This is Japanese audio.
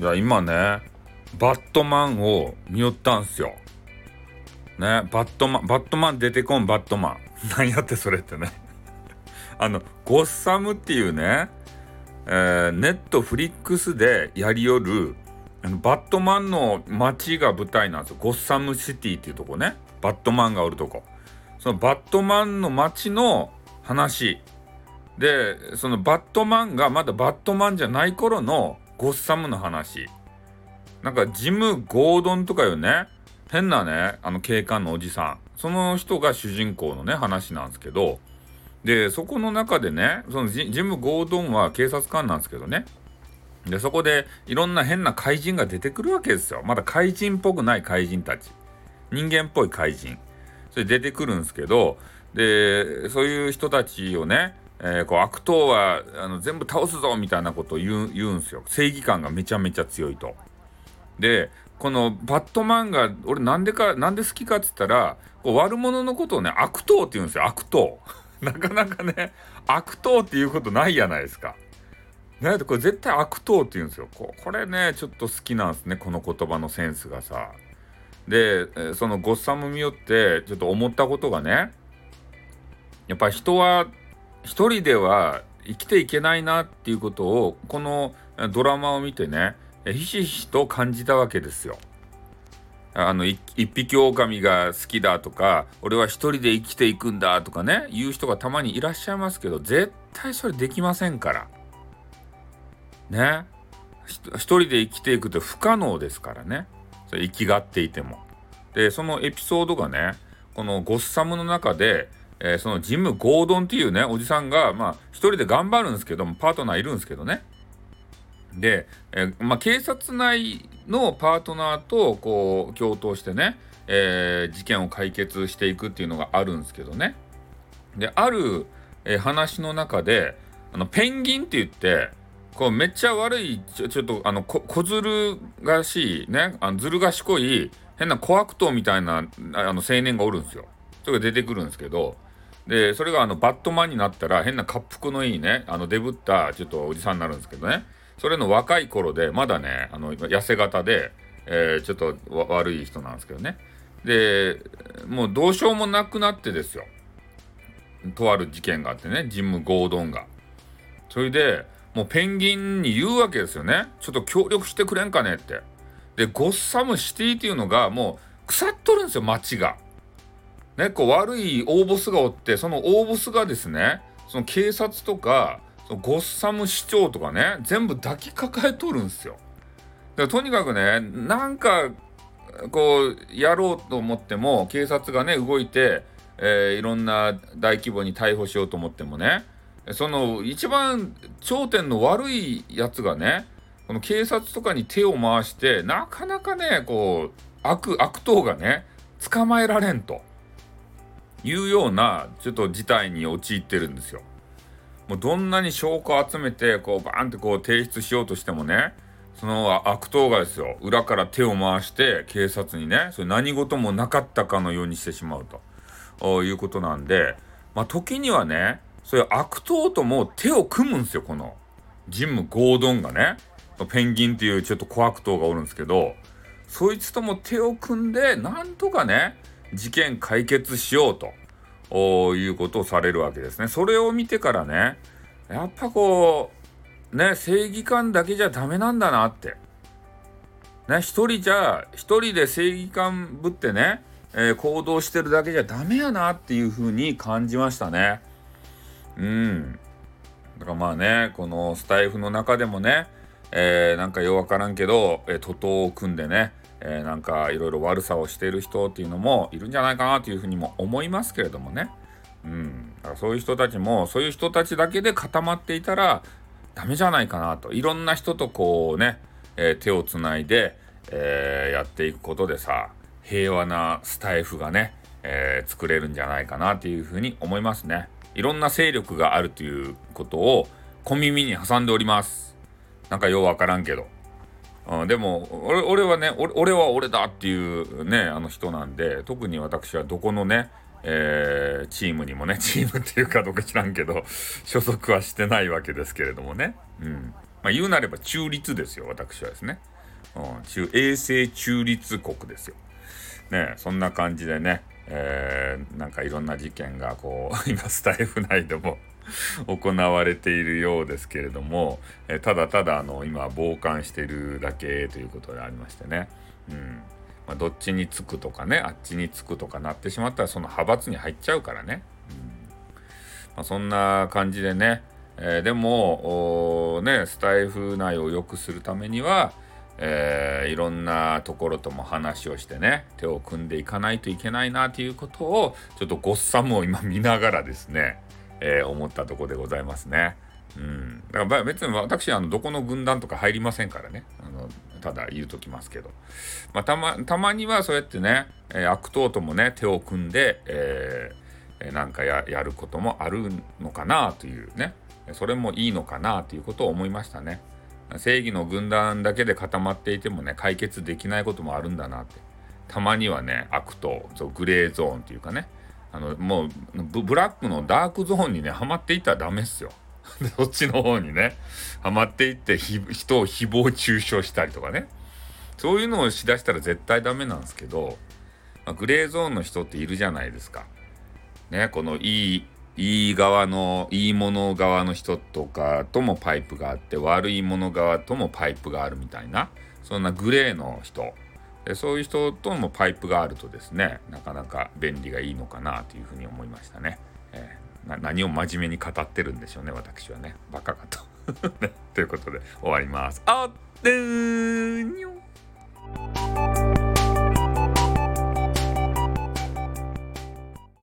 や今ねバットマンを見よったんすよね。バットマン出てこんバットマン何やってそれってねゴッサムっていうね、ネットフリックスでやりよるバットマンの街が舞台なんですよ。ゴッサムシティっていうとこね、バットマンがおるとこ。そのバットマンの街の話で、そのバットマンがまだバットマンじゃない頃のゴッサムの話。なんかジム・ゴードンとかいうね、変なね警官のおじさん、その人が主人公のね話なんですけど、でそこの中でね、そのジム・ゴードンは警察官なんですけどね、でそこでいろんな変な怪人が出てくるわけですよ。まだ怪人っぽくない怪人たち、人間っぽい怪人、それ出てくるんですけど、でそういう人たちをね、こう悪党は全部倒すぞみたいなことを言うんですよ。正義感がめちゃめちゃ強いと。でこのバットマンが俺なんで好きかっつったら、こう悪者のことをね悪党って言うんですよ。悪党なかなかね悪党っていうことないやないですか。ね、これ絶対悪党って言うんですよ。これねちょっと好きなんですね、この言葉のセンスがさ。でそのゴッサム見よってちょっと思ったことがね、やっぱ人は一人では生きていけないなっていうことをこのドラマを見てねひしひしと感じたわけですよ。一匹狼が好きだとか、俺は一人で生きていくんだとかね言う人がたまにいらっしゃいますけど、絶対それできませんからね。一人で生きていくって不可能ですからね、それ生きがっていても。でそのエピソードがね、このゴッサムの中で、そのジム・ゴードンっていうねおじさんが一人で頑張るんですけども、パートナーいるんですけどね。で、警察内のパートナーとこう共闘してね、事件を解決していくっていうのがあるんですけどね。である、話の中でペンギンって言って、こうめっちゃ悪いちょっと小ずるしいね、ずる賢い変な小悪党みたいな青年がおるんですよ。それが出てくるんですけど、でそれがバットマンになったら変な恰幅のいいねデブったちょっとおじさんになるんですけどね。それの若い頃でまだね痩せ型で、ちょっと悪い人なんですけどね。でもうどうしようもなくなってですよ、とある事件があってね、ジム・ゴードンが。それでもうペンギンに言うわけですよね。ちょっと協力してくれんかねって。でゴッサムシティっていうのがもう腐っとるんですよ、街が。ね、こう悪い大ボスがおって、その大ボスがですね、その警察とかそのゴッサム市長とかね全部抱きかかえとるんですよ。でとにかくね、なんかこうやろうと思っても警察がね動いて、いろんな大規模に逮捕しようと思ってもね、その一番頂点の悪いやつがね、この警察とかに手を回してなかなかねこう悪党がね捕まえられんというようなちょっと事態に陥ってるんですよ。もうどんなに証拠を集めてこうバーンってこう提出しようとしてもね、その悪党がですよ、裏から手を回して警察にねそれ何事もなかったかのようにしてしまうということなんで、時にはねそういう悪党とも手を組むんですよ。このジム・ゴードンがね、ペンギンっていうちょっと小悪党がおるんですけど、そいつとも手を組んでなんとかね事件解決しようということをされるわけですね。それを見てからね、やっぱこうね正義感だけじゃダメなんだなってね、一人で正義感ぶってね、行動してるだけじゃダメやなっていう風に感じましたね。だからね、このスタイフの中でもね、なんかようわからんけど、徒党を組んでね、なんかいろいろ悪さをしている人っていうのもいるんじゃないかなというふうにも思いますけれどもね。だからそういう人たちもそういう人たちだけで固まっていたらダメじゃないかなと。いろんな人とこうね、手をつないで、やっていくことでさ、平和なスタイフがね、作れるんじゃないかなというふうに思いますね。いろんな勢力があるということを小耳に挟んでおります。なんかようわからんけど。でも俺はね、俺は俺だっていうね人なんで、特に私はどこのね、チームにもね、チームっていうかどうか知らんけど所属はしてないわけですけれどもね。言うなれば中立ですよ、私はですね。 永世中立国ですよ。ね、そんな感じでね、なんかいろんな事件がこう今スタイフ内でも行われているようですけれども、ただただ今傍観しているだけということでありましてね、どっちにつくとかね、あっちにつくとかなってしまったらその派閥に入っちゃうからね、そんな感じでね、でもね、スタイフ内を良くするためには、いろんなところとも話をしてね、手を組んでいかないといけないなということをちょっとゴッサムを今見ながらですね、思ったところでございますね。だから別に私どこの軍団とか入りませんからね、ただ言うときますけど、たまにはそうやってね、悪党ともね手を組んで、なんかやることもあるのかなというね、それもいいのかなということを思いましたね。正義の軍団だけで固まっていてもね、解決できないこともあるんだなって。たまにはね、悪党、グレーゾーンというかね、もうブラックのダークゾーンにねハマっていったらダメっすよ。そっちの方にねハマっていって人を誹謗中傷したりとかね、そういうのをしだしたら絶対ダメなんですけど、グレーゾーンの人っているじゃないですかね。このいい側のいいもの側の人とかともパイプがあって、悪いもの側ともパイプがあるみたいな、そんなグレーの人で、そういう人ともパイプがあるとですね、なかなか便利がいいのかなというふうに思いましたね。何を真面目に語ってるんでしょうね、私はね。バカかと。ということで終わります。あってーにょ